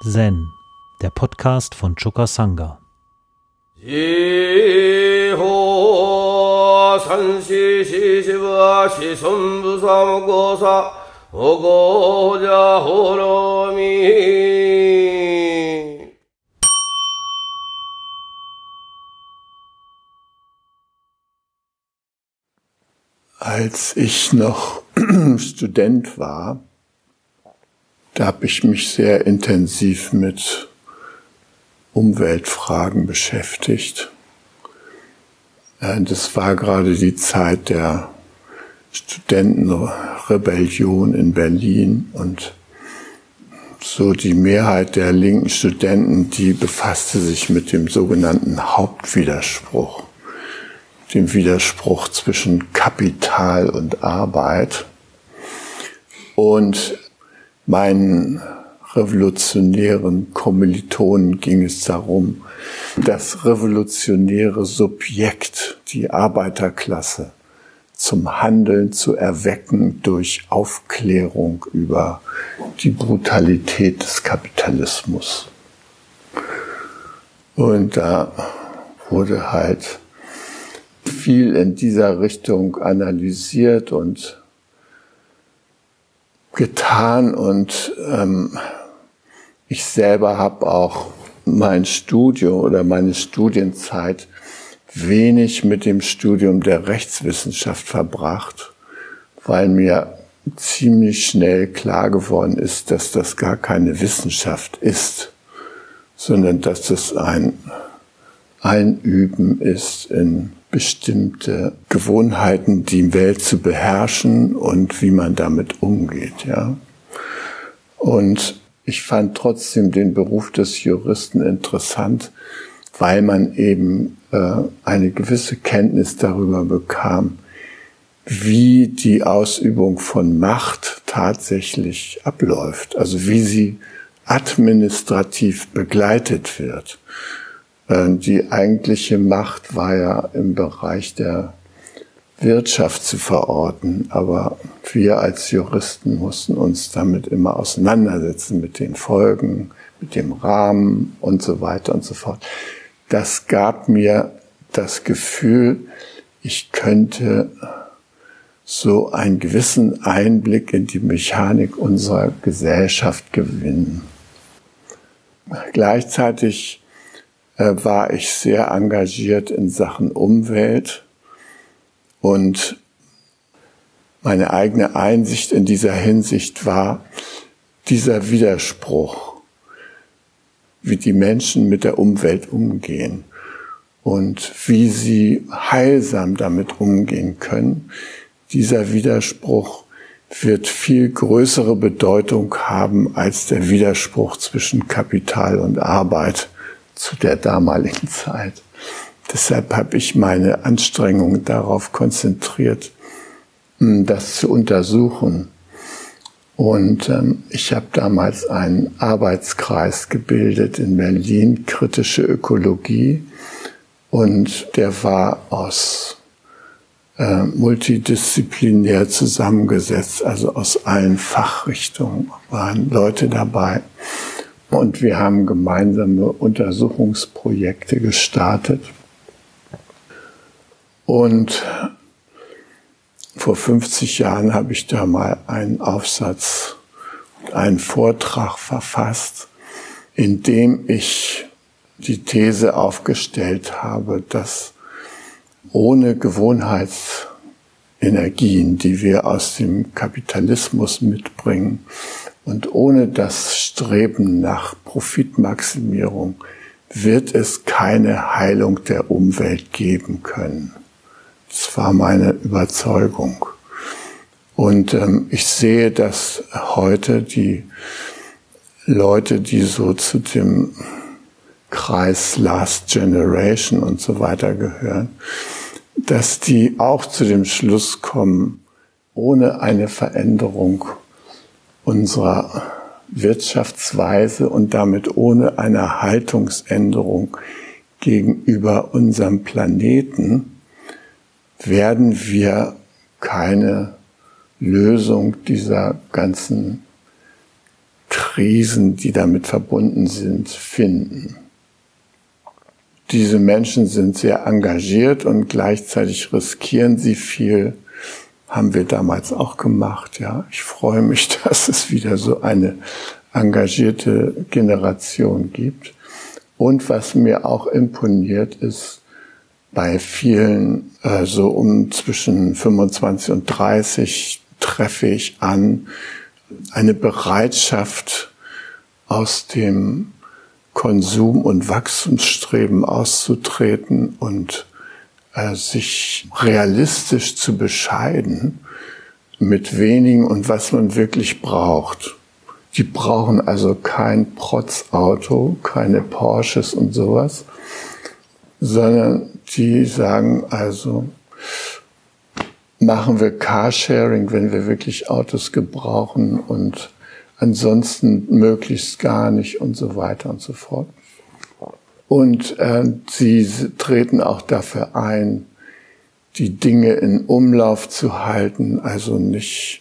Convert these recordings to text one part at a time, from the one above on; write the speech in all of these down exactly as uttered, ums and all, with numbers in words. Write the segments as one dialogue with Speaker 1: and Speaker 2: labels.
Speaker 1: Zen, der Podcast von Choka Sangha.
Speaker 2: Als ich noch Student war, da habe ich mich sehr intensiv mit Umweltfragen beschäftigt. Das war gerade die Zeit der Studentenrebellion in Berlin und so die Mehrheit der linken Studenten, die befasste sich mit dem sogenannten Hauptwiderspruch, dem Widerspruch zwischen Kapital und Arbeit. Und meinen revolutionären Kommilitonen ging es darum, das revolutionäre Subjekt, die Arbeiterklasse, zum Handeln zu erwecken durch Aufklärung über die Brutalität des Kapitalismus. Und da wurde halt viel in dieser Richtung analysiert und getan und ähm, ich selber habe auch mein Studium oder meine Studienzeit wenig mit dem Studium der Rechtswissenschaft verbracht, weil mir ziemlich schnell klar geworden ist, dass das gar keine Wissenschaft ist, sondern dass es ein Einüben ist in bestimmte Gewohnheiten, die Welt zu beherrschen und wie man damit umgeht, ja. Und ich fand trotzdem den Beruf des Juristen interessant, weil man eben äh, eine gewisse Kenntnis darüber bekam, wie die Ausübung von Macht tatsächlich abläuft, also wie sie administrativ begleitet wird. Die eigentliche Macht war ja im Bereich der Wirtschaft zu verorten, aber wir als Juristen mussten uns damit immer auseinandersetzen, mit den Folgen, mit dem Rahmen und so weiter und so fort. Das gab mir das Gefühl, ich könnte so einen gewissen Einblick in die Mechanik unserer Gesellschaft gewinnen. Gleichzeitig war ich sehr engagiert in Sachen Umwelt und meine eigene Einsicht in dieser Hinsicht war dieser Widerspruch, wie die Menschen mit der Umwelt umgehen und wie sie heilsam damit umgehen können. Dieser Widerspruch wird viel größere Bedeutung haben als der Widerspruch zwischen Kapital und Arbeit zu der damaligen Zeit. Deshalb habe ich meine Anstrengungen darauf konzentriert, das zu untersuchen. Und ähm, ich habe damals einen Arbeitskreis gebildet in Berlin, kritische Ökologie. Und der war aus äh, multidisziplinär zusammengesetzt, also aus allen Fachrichtungen waren Leute dabei. Und wir haben gemeinsame Untersuchungsprojekte gestartet. Und vor fünfzig Jahren habe ich da mal einen Aufsatz, einen Vortrag verfasst, in dem ich die These aufgestellt habe, dass ohne Gewohnheitsenergien, die wir aus dem Kapitalismus mitbringen, und ohne das Streben nach Profitmaximierung wird es keine Heilung der Umwelt geben können. Das war meine Überzeugung. Und ähm, ich sehe, dass heute die Leute, die so zu dem Kreis Last Generation und so weiter gehören, dass die auch zu dem Schluss kommen, ohne eine Veränderung unserer Wirtschaftsweise und damit ohne eine Haltungsänderung gegenüber unserem Planeten werden wir keine Lösung dieser ganzen Krisen, die damit verbunden sind, finden. Diese Menschen sind sehr engagiert und gleichzeitig riskieren sie viel. Haben wir damals auch gemacht, ja. Ich freue mich, dass es wieder so eine engagierte Generation gibt. Und was mir auch imponiert ist, bei vielen, äh, so um zwischen fünfundzwanzig und dreißig treffe ich an, eine Bereitschaft aus dem Konsum- und Wachstumsstreben auszutreten und äh, sich realistisch zu bescheiden mit wenigen und was man wirklich braucht. Die brauchen also kein Protzauto, keine Porsches und sowas, sondern die sagen also, machen wir Carsharing, wenn wir wirklich Autos gebrauchen und ansonsten möglichst gar nicht und so weiter und so fort. Und äh, sie treten auch dafür ein, die Dinge in Umlauf zu halten, also nicht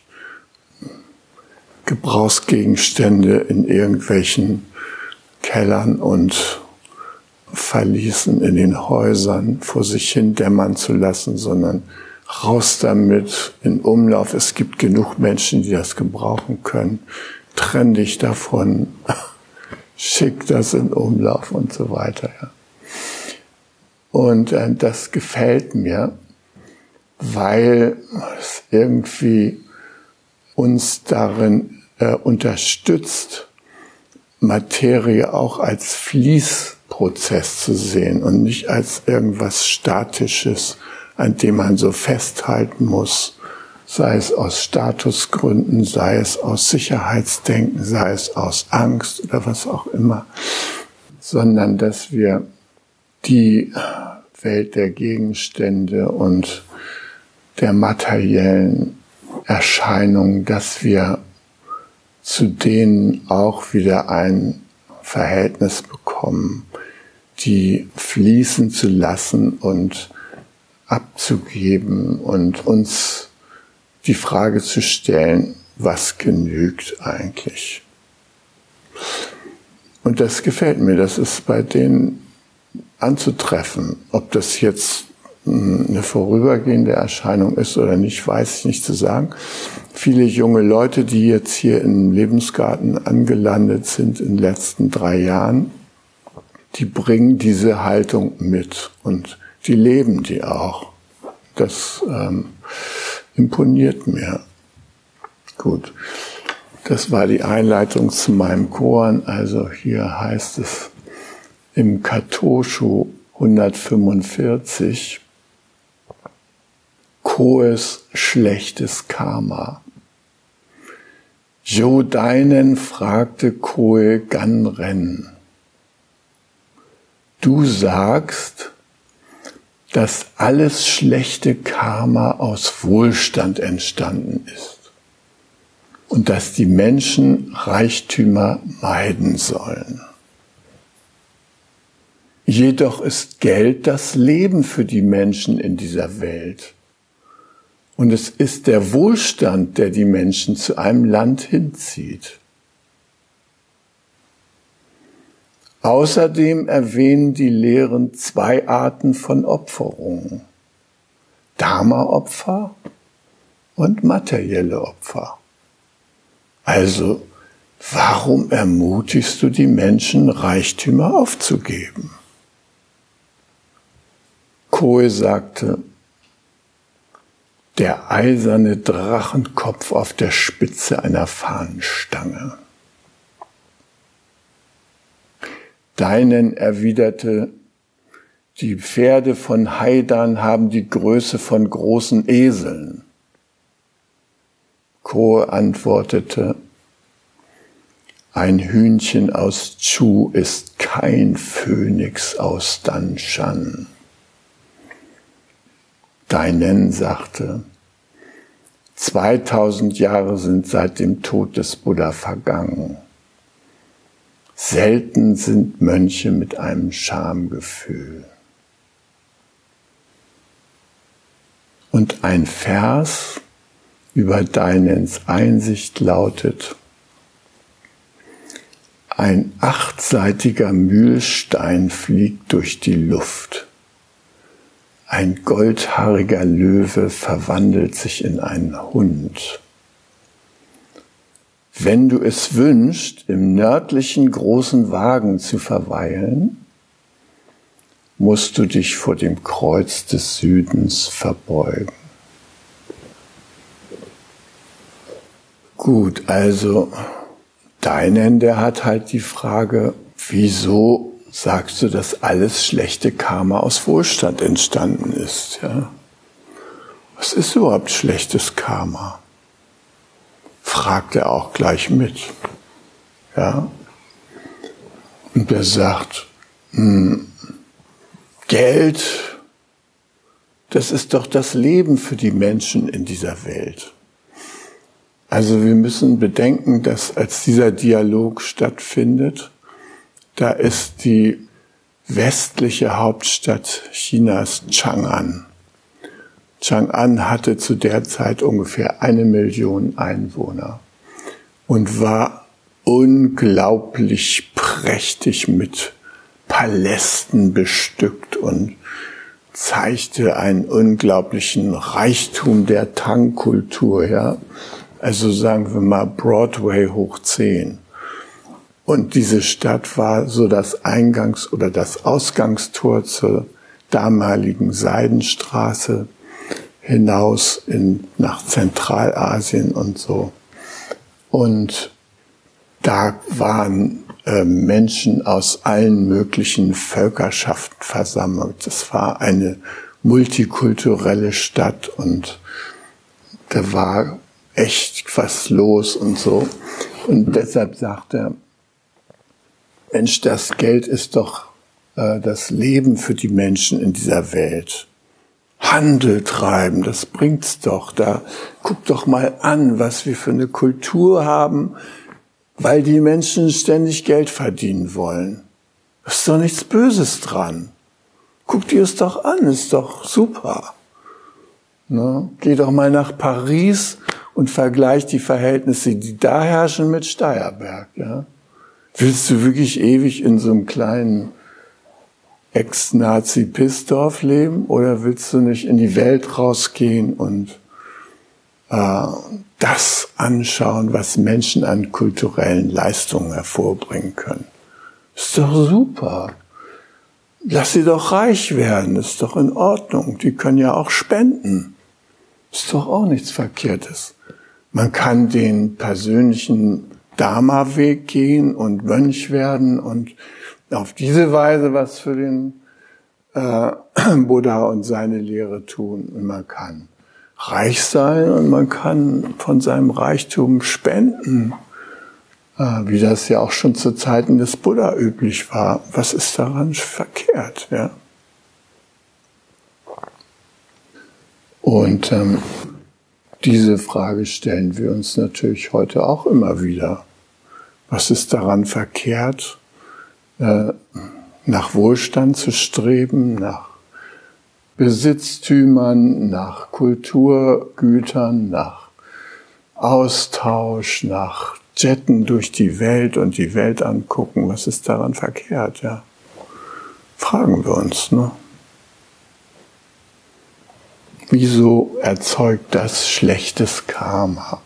Speaker 2: Gebrauchsgegenstände in irgendwelchen Kellern und Verließen in den Häusern vor sich hin dämmern zu lassen, sondern raus damit, in Umlauf. Es gibt genug Menschen, die das gebrauchen können. Trenn dich davon, schick das in Umlauf und so weiter. Ja. Und äh, das gefällt mir, weil es irgendwie uns darin äh, unterstützt, Materie auch als Fließprozess zu sehen und nicht als irgendwas Statisches, an dem man so festhalten muss, sei es aus Statusgründen, sei es aus Sicherheitsdenken, sei es aus Angst oder was auch immer, sondern dass wir die Welt der Gegenstände und der materiellen Erscheinungen, dass wir zu denen auch wieder ein Verhältnis bekommen, die fließen zu lassen und abzugeben und uns die Frage zu stellen, was genügt eigentlich? Und das gefällt mir, das ist bei denen anzutreffen. Ob das jetzt eine vorübergehende Erscheinung ist oder nicht, weiß ich nicht zu sagen. Viele junge Leute, die jetzt hier im Lebensgarten angelandet sind in den letzten drei Jahren, die bringen diese Haltung mit und die leben die auch. Das ähm, imponiert mir. Gut, das war die Einleitung zu meinem Koan. Also hier heißt es im Katoshu hundertfünfundvierzig, Koes schlechtes Karma. Jo deinen fragte Koe Ganren. Du sagst, dass alles schlechte Karma aus Wohlstand entstanden ist und dass die Menschen Reichtümer meiden sollen. Jedoch ist Geld das Leben für die Menschen in dieser Welt. Und es ist der Wohlstand, der die Menschen zu einem Land hinzieht. Außerdem erwähnen die Lehren zwei Arten von Opferungen. Dharma-Opfer und materielle Opfer. Also, warum ermutigst du die Menschen, Reichtümer aufzugeben? Koe sagte, der eiserne Drachenkopf auf der Spitze einer Fahnenstange. Deinen erwiderte, die Pferde von Haidan haben die Größe von großen Eseln. Koe antwortete, ein Hühnchen aus Chu ist kein Phönix aus Danshan. Deinen sagte, zweitausend Jahre sind seit dem Tod des Buddha vergangen. Selten sind Mönche mit einem Schamgefühl. Und ein Vers über Deinens Einsicht lautet, Ein achtseitiger Mühlstein fliegt durch die Luft. Ein goldhaariger Löwe verwandelt sich in einen Hund. Wenn du es wünschst, im nördlichen großen Wagen zu verweilen, musst du dich vor dem Kreuz des Südens verbeugen. Gut, also Deinen, der hat halt die Frage, wieso sagst du, dass alles schlechte Karma aus Wohlstand entstanden ist? Ja? Was ist überhaupt schlechtes Karma? Fragt er auch gleich mit. Ja? Und er sagt, hm, Geld, das ist doch das Leben für die Menschen in dieser Welt. Also wir müssen bedenken, dass als dieser Dialog stattfindet, da ist die westliche Hauptstadt Chinas Chang'an. Chang'an hatte zu der Zeit ungefähr eine Million Einwohner und war unglaublich prächtig mit Palästen bestückt und zeigte einen unglaublichen Reichtum der Tang-Kultur, ja. Also sagen wir mal Broadway hoch zehn. Und diese Stadt war so das Eingangs- oder das Ausgangstor zur damaligen Seidenstraße hinaus in, nach Zentralasien und so. Und da waren äh, Menschen aus allen möglichen Völkerschaften versammelt. Es war eine multikulturelle Stadt und da war echt was los und so. Und deshalb sagt er, Mensch, das Geld ist doch äh, das Leben für die Menschen in dieser Welt. Handel treiben, das bringt's doch. Da guck doch mal an, was wir für eine Kultur haben, weil die Menschen ständig Geld verdienen wollen. Da ist doch nichts Böses dran. Guck dir es doch an, ist doch super. Ne? Geh doch mal nach Paris und vergleich die Verhältnisse, die da herrschen, mit Steierberg. Ja? Willst du wirklich ewig in so einem kleinen Ex-Nazi-Pissdorf leben oder willst du nicht in die Welt rausgehen und äh, das anschauen, was Menschen an kulturellen Leistungen hervorbringen können? Ist doch super. Lass sie doch reich werden, ist doch in Ordnung. Die können ja auch spenden. Ist doch auch nichts Verkehrtes. Man kann den persönlichen Dharma-Weg gehen und Mönch werden und auf diese Weise was für den äh, Buddha und seine Lehre tun. Und man kann reich sein und man kann von seinem Reichtum spenden, äh, wie das ja auch schon zu Zeiten des Buddha üblich war. Was ist daran verkehrt? Ja? Und ähm, diese Frage stellen wir uns natürlich heute auch immer wieder. Was ist daran verkehrt, äh, nach Wohlstand zu streben, nach Besitztümern, nach Kulturgütern, nach Austausch, nach Jetten durch die Welt und die Welt angucken? Was ist daran verkehrt? Ja? Fragen wir uns, ne? Wieso erzeugt das schlechtes Karma?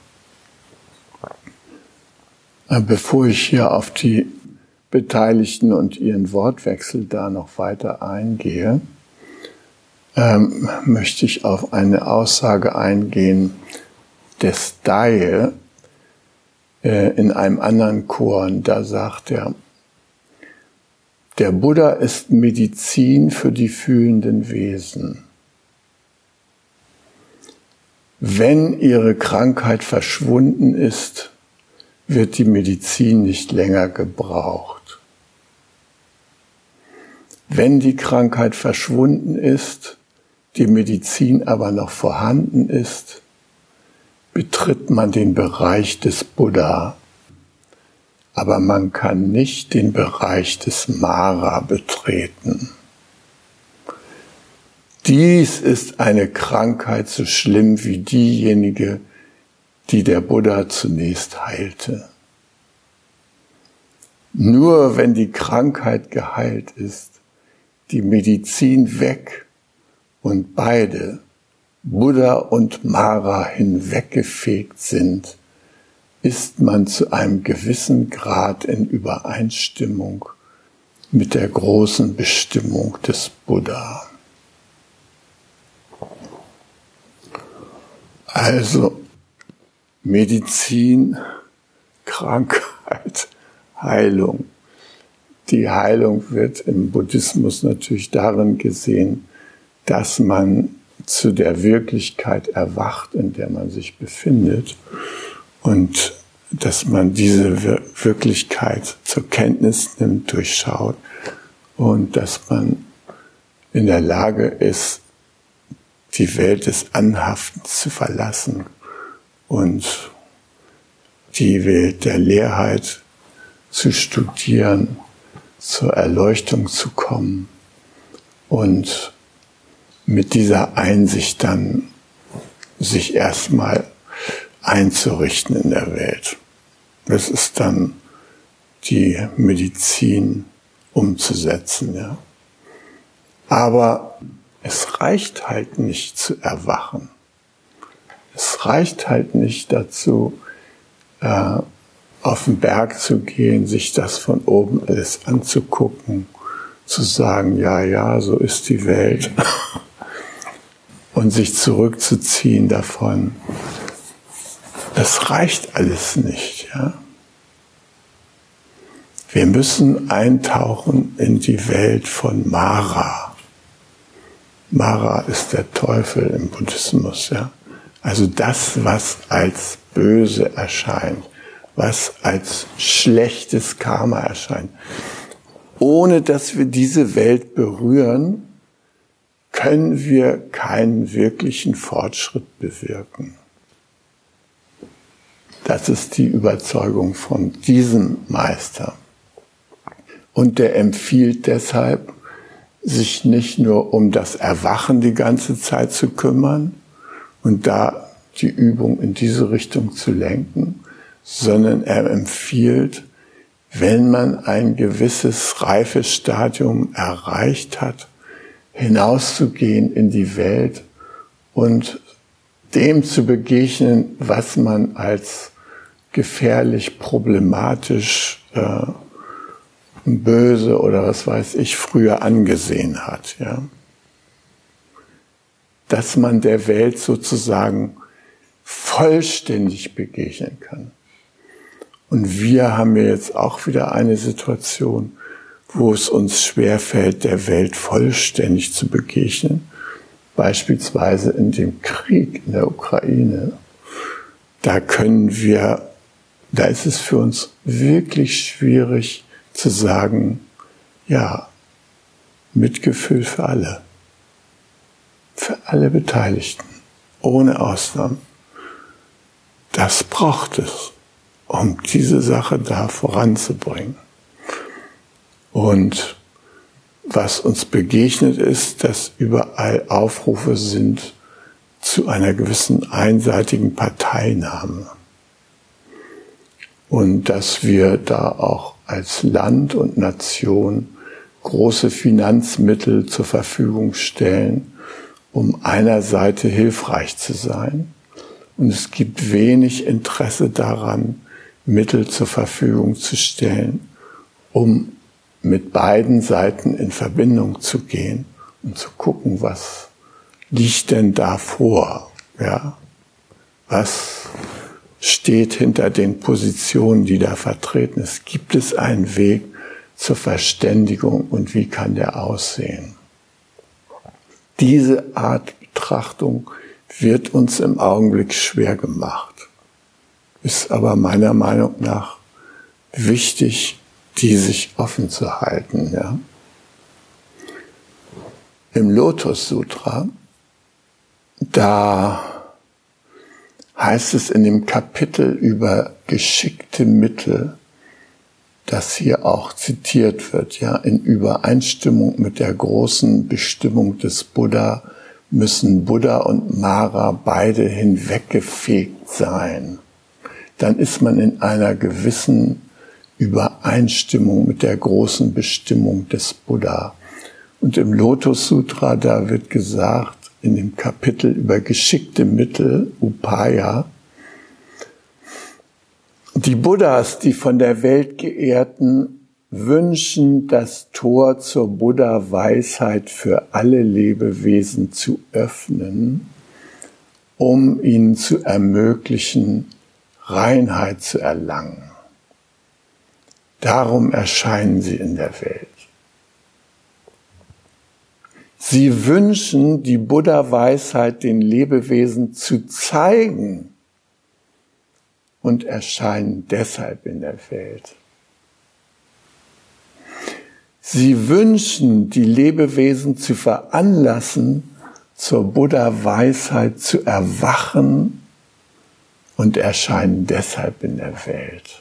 Speaker 2: Bevor ich hier auf die Beteiligten und ihren Wortwechsel da noch weiter eingehe, ähm, möchte ich auf eine Aussage eingehen des Dai äh, in einem anderen Koan. Da sagt er, der Buddha ist Medizin für die fühlenden Wesen. Wenn ihre Krankheit verschwunden ist, wird die Medizin nicht länger gebraucht. Wenn die Krankheit verschwunden ist, die Medizin aber noch vorhanden ist, betritt man den Bereich des Buddha, aber man kann nicht den Bereich des Mara betreten. Dies ist eine Krankheit so schlimm wie diejenige, die der Buddha zunächst heilte. Nur wenn die Krankheit geheilt ist, die Medizin weg und beide, Buddha und Mara, hinweggefegt sind, ist man zu einem gewissen Grad in Übereinstimmung mit der großen Bestimmung des Buddha. Also Medizin, Krankheit, Heilung. Die Heilung wird im Buddhismus natürlich darin gesehen, dass man zu der Wirklichkeit erwacht, in der man sich befindet, und dass man diese Wirklichkeit zur Kenntnis nimmt, durchschaut, und dass man in der Lage ist, die Welt des Anhaftens zu verlassen und die Welt der Leerheit zu studieren, zur Erleuchtung zu kommen und mit dieser Einsicht dann sich erstmal einzurichten in der Welt. Das ist dann die Medizin umzusetzen, ja. Aber es reicht halt nicht zu erwachen. Es reicht halt nicht dazu, äh, auf den Berg zu gehen, sich das von oben alles anzugucken, zu sagen, ja, ja, so ist die Welt, und sich zurückzuziehen davon. Das reicht alles nicht, ja. Wir müssen eintauchen in die Welt von Mara. Mara ist der Teufel im Buddhismus, ja. Also das, was als böse erscheint, was als schlechtes Karma erscheint. Ohne dass wir diese Welt berühren, können wir keinen wirklichen Fortschritt bewirken. Das ist die Überzeugung von diesem Meister. Und der empfiehlt deshalb, sich nicht nur um das Erwachen die ganze Zeit zu kümmern und da die Übung in diese Richtung zu lenken, sondern er empfiehlt, wenn man ein gewisses Reifestadium erreicht hat, hinauszugehen in die Welt und dem zu begegnen, was man als gefährlich, problematisch, äh, böse oder was weiß ich früher angesehen hat, ja. Dass man der Welt sozusagen vollständig begegnen kann. Und wir haben ja jetzt auch wieder eine Situation, wo es uns schwerfällt, der Welt vollständig zu begegnen. Beispielsweise in dem Krieg in der Ukraine. Da können wir, da ist es für uns wirklich schwierig zu sagen, ja, Mitgefühl für alle. Für alle Beteiligten. Ohne Ausnahmen. Das braucht es, um diese Sache da voranzubringen. Und was uns begegnet ist, dass überall Aufrufe sind zu einer gewissen einseitigen Parteinahme. Und dass wir da auch als Land und Nation große Finanzmittel zur Verfügung stellen, um einer Seite hilfreich zu sein. Und es gibt wenig Interesse daran, Mittel zur Verfügung zu stellen, um mit beiden Seiten in Verbindung zu gehen und zu gucken, was liegt denn da vor, ja? Was steht hinter den Positionen, die da vertreten ist? Gibt es einen Weg zur Verständigung und wie kann der aussehen? Diese Art Betrachtung wird uns im Augenblick schwer gemacht, ist aber meiner Meinung nach wichtig, die sich offen zu halten. Ja? Im Lotus Sutra, da heißt es in dem Kapitel über geschickte Mittel, das hier auch zitiert wird, ja, in Übereinstimmung mit der großen Bestimmung des Buddha müssen Buddha und Mara beide hinweggefegt sein. Dann ist man in einer gewissen Übereinstimmung mit der großen Bestimmung des Buddha. Und im Lotus Sutra, da wird gesagt, in dem Kapitel über geschickte Mittel, Upaya, die Buddhas, die von der Welt geehrten, wünschen, das Tor zur Buddha-Weisheit für alle Lebewesen zu öffnen, um ihnen zu ermöglichen, Reinheit zu erlangen. Darum erscheinen sie in der Welt. Sie wünschen, die Buddha-Weisheit den Lebewesen zu zeigen und erscheinen deshalb in der Welt. Sie wünschen, die Lebewesen zu veranlassen, zur Buddha-Weisheit zu erwachen und erscheinen deshalb in der Welt.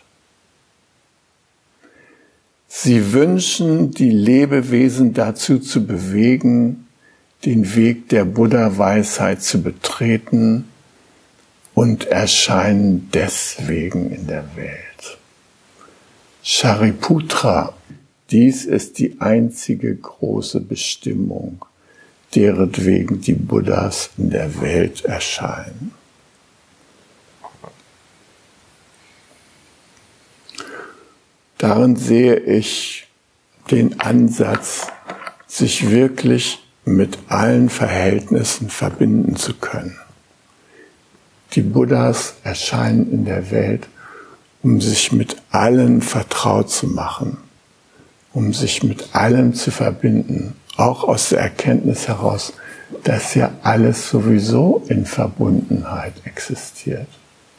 Speaker 2: Sie wünschen, die Lebewesen dazu zu bewegen, den Weg der Buddha-Weisheit zu betreten und erscheinen deswegen in der Welt. Shariputra, dies ist die einzige große Bestimmung, deretwegen die Buddhas in der Welt erscheinen. Darin sehe ich den Ansatz, sich wirklich mit allen Verhältnissen verbinden zu können. Die Buddhas erscheinen in der Welt, um sich mit allen vertraut zu machen, um sich mit allem zu verbinden, auch aus der Erkenntnis heraus, dass ja alles sowieso in Verbundenheit existiert.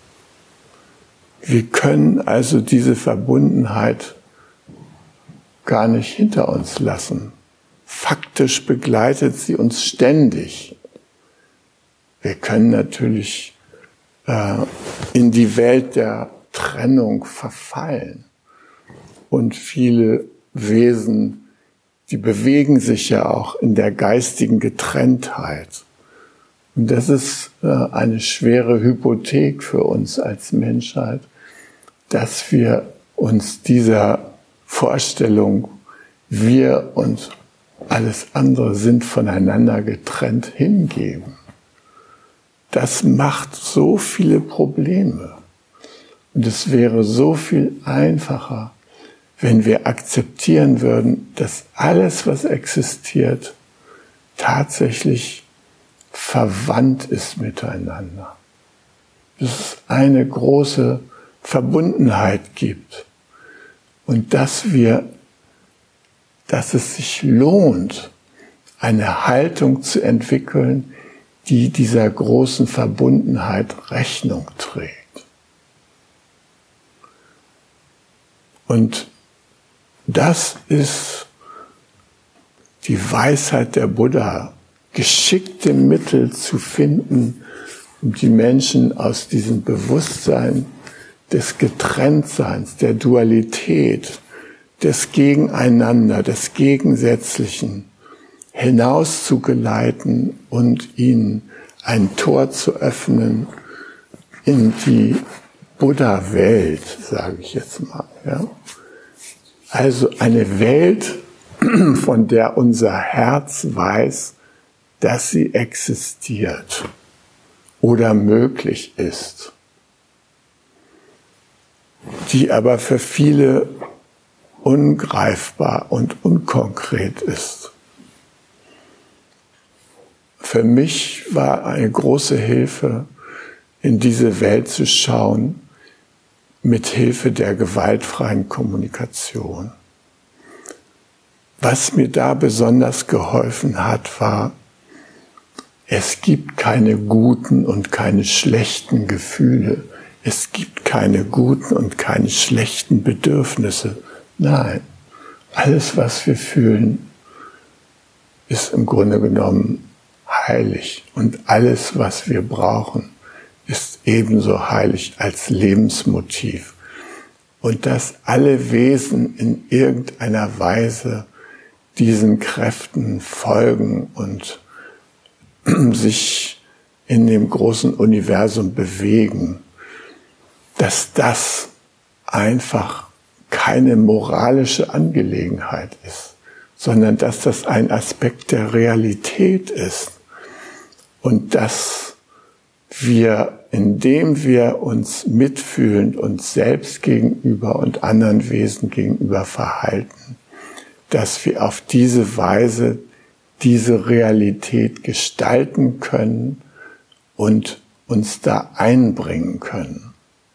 Speaker 2: Wir können also diese Verbundenheit gar nicht hinter uns lassen. Faktisch begleitet sie uns ständig. Wir können natürlich äh, in die Welt der Trennung verfallen. Und viele Wesen, die bewegen sich ja auch in der geistigen Getrenntheit. Und das ist äh, eine schwere Hypothek für uns als Menschheit, dass wir uns dieser Vorstellung, wir und alles andere sind voneinander getrennt, hingeben. Das macht so viele Probleme. Und es wäre so viel einfacher, wenn wir akzeptieren würden, dass alles, was existiert, tatsächlich verwandt ist miteinander. Dass es eine große Verbundenheit gibt und dass wir, dass es sich lohnt, eine Haltung zu entwickeln, die dieser großen Verbundenheit Rechnung trägt. Und das ist die Weisheit der Buddha, geschickte Mittel zu finden, um die Menschen aus diesem Bewusstsein des Getrenntseins, der Dualität, des Gegeneinander, des Gegensätzlichen hinauszugeleiten und ihnen ein Tor zu öffnen in die Buddha-Welt, sage ich jetzt mal. Ja? Also eine Welt, von der unser Herz weiß, dass sie existiert oder möglich ist, die aber für viele ungreifbar und unkonkret ist. Für mich war eine große Hilfe, in diese Welt zu schauen, mit Hilfe der gewaltfreien Kommunikation. Was mir da besonders geholfen hat, war, es gibt keine guten und keine schlechten Gefühle. Es gibt keine guten und keine schlechten Bedürfnisse. Nein, alles, was wir fühlen, ist im Grunde genommen heilig. Und alles, was wir brauchen, ist ebenso heilig als Lebensmotiv. Und dass alle Wesen in irgendeiner Weise diesen Kräften folgen und sich in dem großen Universum bewegen, dass das einfach keine moralische Angelegenheit ist, sondern dass das ein Aspekt der Realität ist und dass wir, indem wir uns mitfühlend uns selbst gegenüber und anderen Wesen gegenüber verhalten, dass wir auf diese Weise diese Realität gestalten können und uns da einbringen können.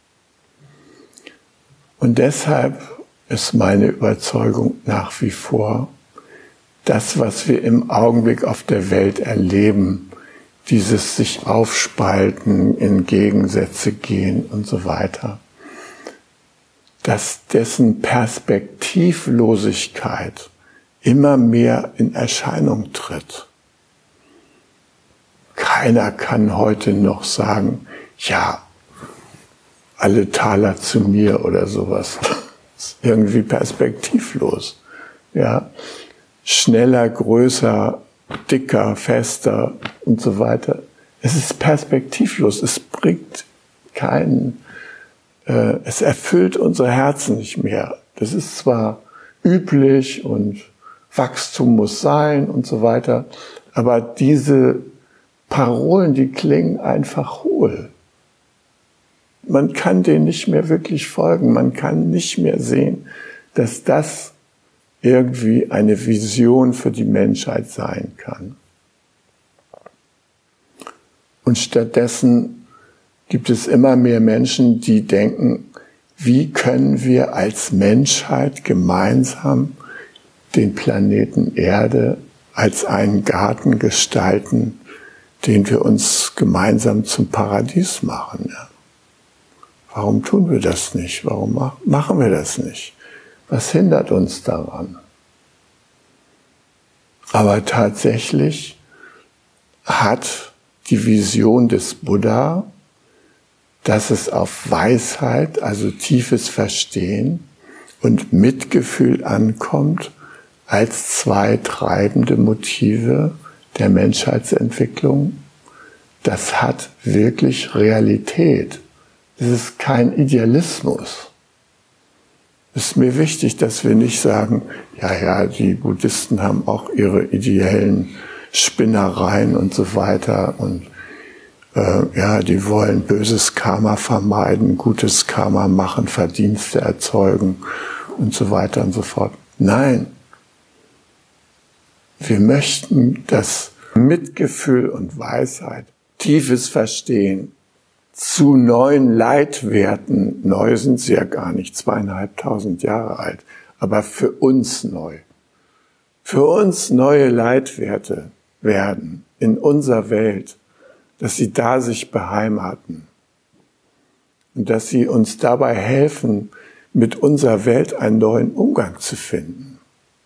Speaker 2: Und deshalb ist meine Überzeugung nach wie vor, das, was wir im Augenblick auf der Welt erleben, dieses sich aufspalten, in Gegensätze gehen und so weiter, dass dessen Perspektivlosigkeit immer mehr in Erscheinung tritt. Keiner kann heute noch sagen, ja, alle Taler zu mir oder sowas. Das ist irgendwie perspektivlos. Ja, schneller, größer, dicker, fester und so weiter. Es ist perspektivlos. Es bringt keinen, äh, es erfüllt unsere Herzen nicht mehr. Das ist zwar üblich und Wachstum muss sein und so weiter, aber diese Parolen, die klingen einfach hohl. Man kann denen nicht mehr wirklich folgen. Man kann nicht mehr sehen, dass das irgendwie eine Vision für die Menschheit sein kann. Und stattdessen gibt es immer mehr Menschen, die denken, wie können wir als Menschheit gemeinsam den Planeten Erde als einen Garten gestalten, den wir uns gemeinsam zum Paradies machen. Ja. Warum tun wir das nicht? Warum machen wir das nicht? Was hindert uns daran? Aber tatsächlich hat die Vision des Buddha, dass es auf Weisheit, also tiefes Verstehen und Mitgefühl ankommt, als zwei treibende Motive der Menschheitsentwicklung. Das hat wirklich Realität. Das ist kein Idealismus. Es ist mir wichtig, dass wir nicht sagen, ja, ja, die Buddhisten haben auch ihre ideellen Spinnereien und so weiter und äh, ja, die wollen böses Karma vermeiden, gutes Karma machen, Verdienste erzeugen und so weiter und so fort. Nein, wir möchten, dass Mitgefühl und Weisheit, tiefes Verstehen zu neuen Leitwerten, neu sind sie ja gar nicht, zweieinhalbtausend Jahre alt, aber für uns neu, für uns neue Leitwerte werden in unserer Welt, dass sie da sich beheimaten und dass sie uns dabei helfen, mit unserer Welt einen neuen Umgang zu finden.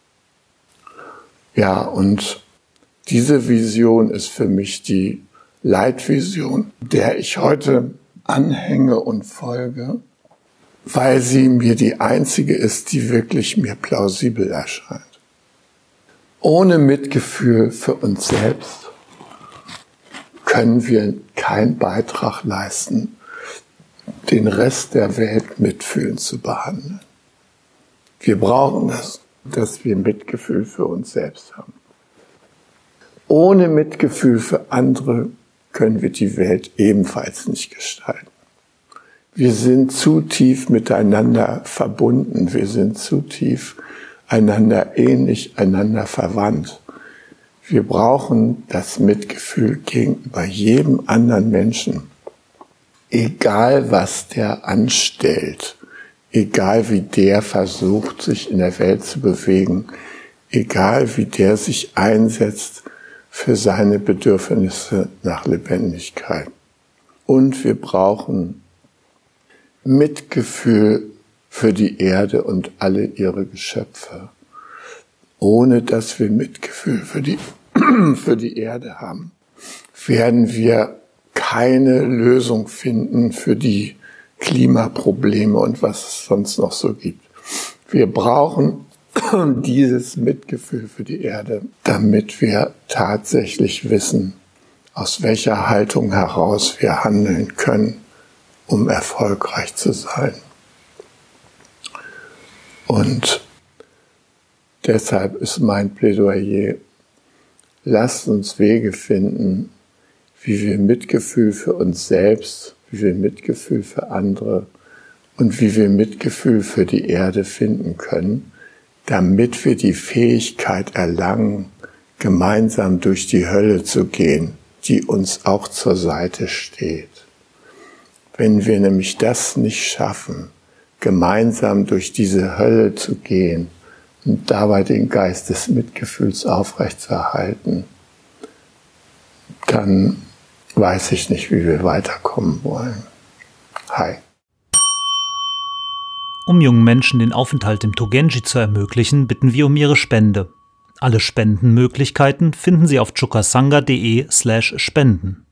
Speaker 2: Ja, und diese Vision ist für mich die Leitvision, der ich heute anhänge und folge, weil sie mir die einzige ist, die wirklich mir plausibel erscheint. Ohne Mitgefühl für uns selbst können wir keinen Beitrag leisten, den Rest der Welt mitfühlend zu behandeln. Wir brauchen das, dass wir Mitgefühl für uns selbst haben. Ohne Mitgefühl für andere können wir die Welt ebenfalls nicht gestalten. Wir sind zu tief miteinander verbunden, wir sind zu tief einander ähnlich, einander verwandt. Wir brauchen das Mitgefühl gegenüber jedem anderen Menschen, egal was der anstellt, egal wie der versucht, sich in der Welt zu bewegen, egal wie der sich einsetzt für seine Bedürfnisse nach Lebendigkeit. Und wir brauchen Mitgefühl für die Erde und alle ihre Geschöpfe. Ohne dass wir Mitgefühl für die, für die Erde haben, werden wir keine Lösung finden für die Klimaprobleme und was es sonst noch so gibt. Wir brauchen dieses Mitgefühl für die Erde, damit wir tatsächlich wissen, aus welcher Haltung heraus wir handeln können, um erfolgreich zu sein. Und deshalb ist mein Plädoyer, lasst uns Wege finden, wie wir Mitgefühl für uns selbst, wie wir Mitgefühl für andere und wie wir Mitgefühl für die Erde finden können, damit wir die Fähigkeit erlangen, gemeinsam durch die Hölle zu gehen, die uns auch zur Seite steht. Wenn wir nämlich das nicht schaffen, gemeinsam durch diese Hölle zu gehen und dabei den Geist des Mitgefühls aufrechtzuerhalten, dann weiß ich nicht, wie wir weiterkommen wollen. Hi.
Speaker 1: Um jungen Menschen den Aufenthalt im Togenji zu ermöglichen, bitten wir um ihre Spende. Alle Spendenmöglichkeiten finden Sie auf chukasanga punkt de slash spenden.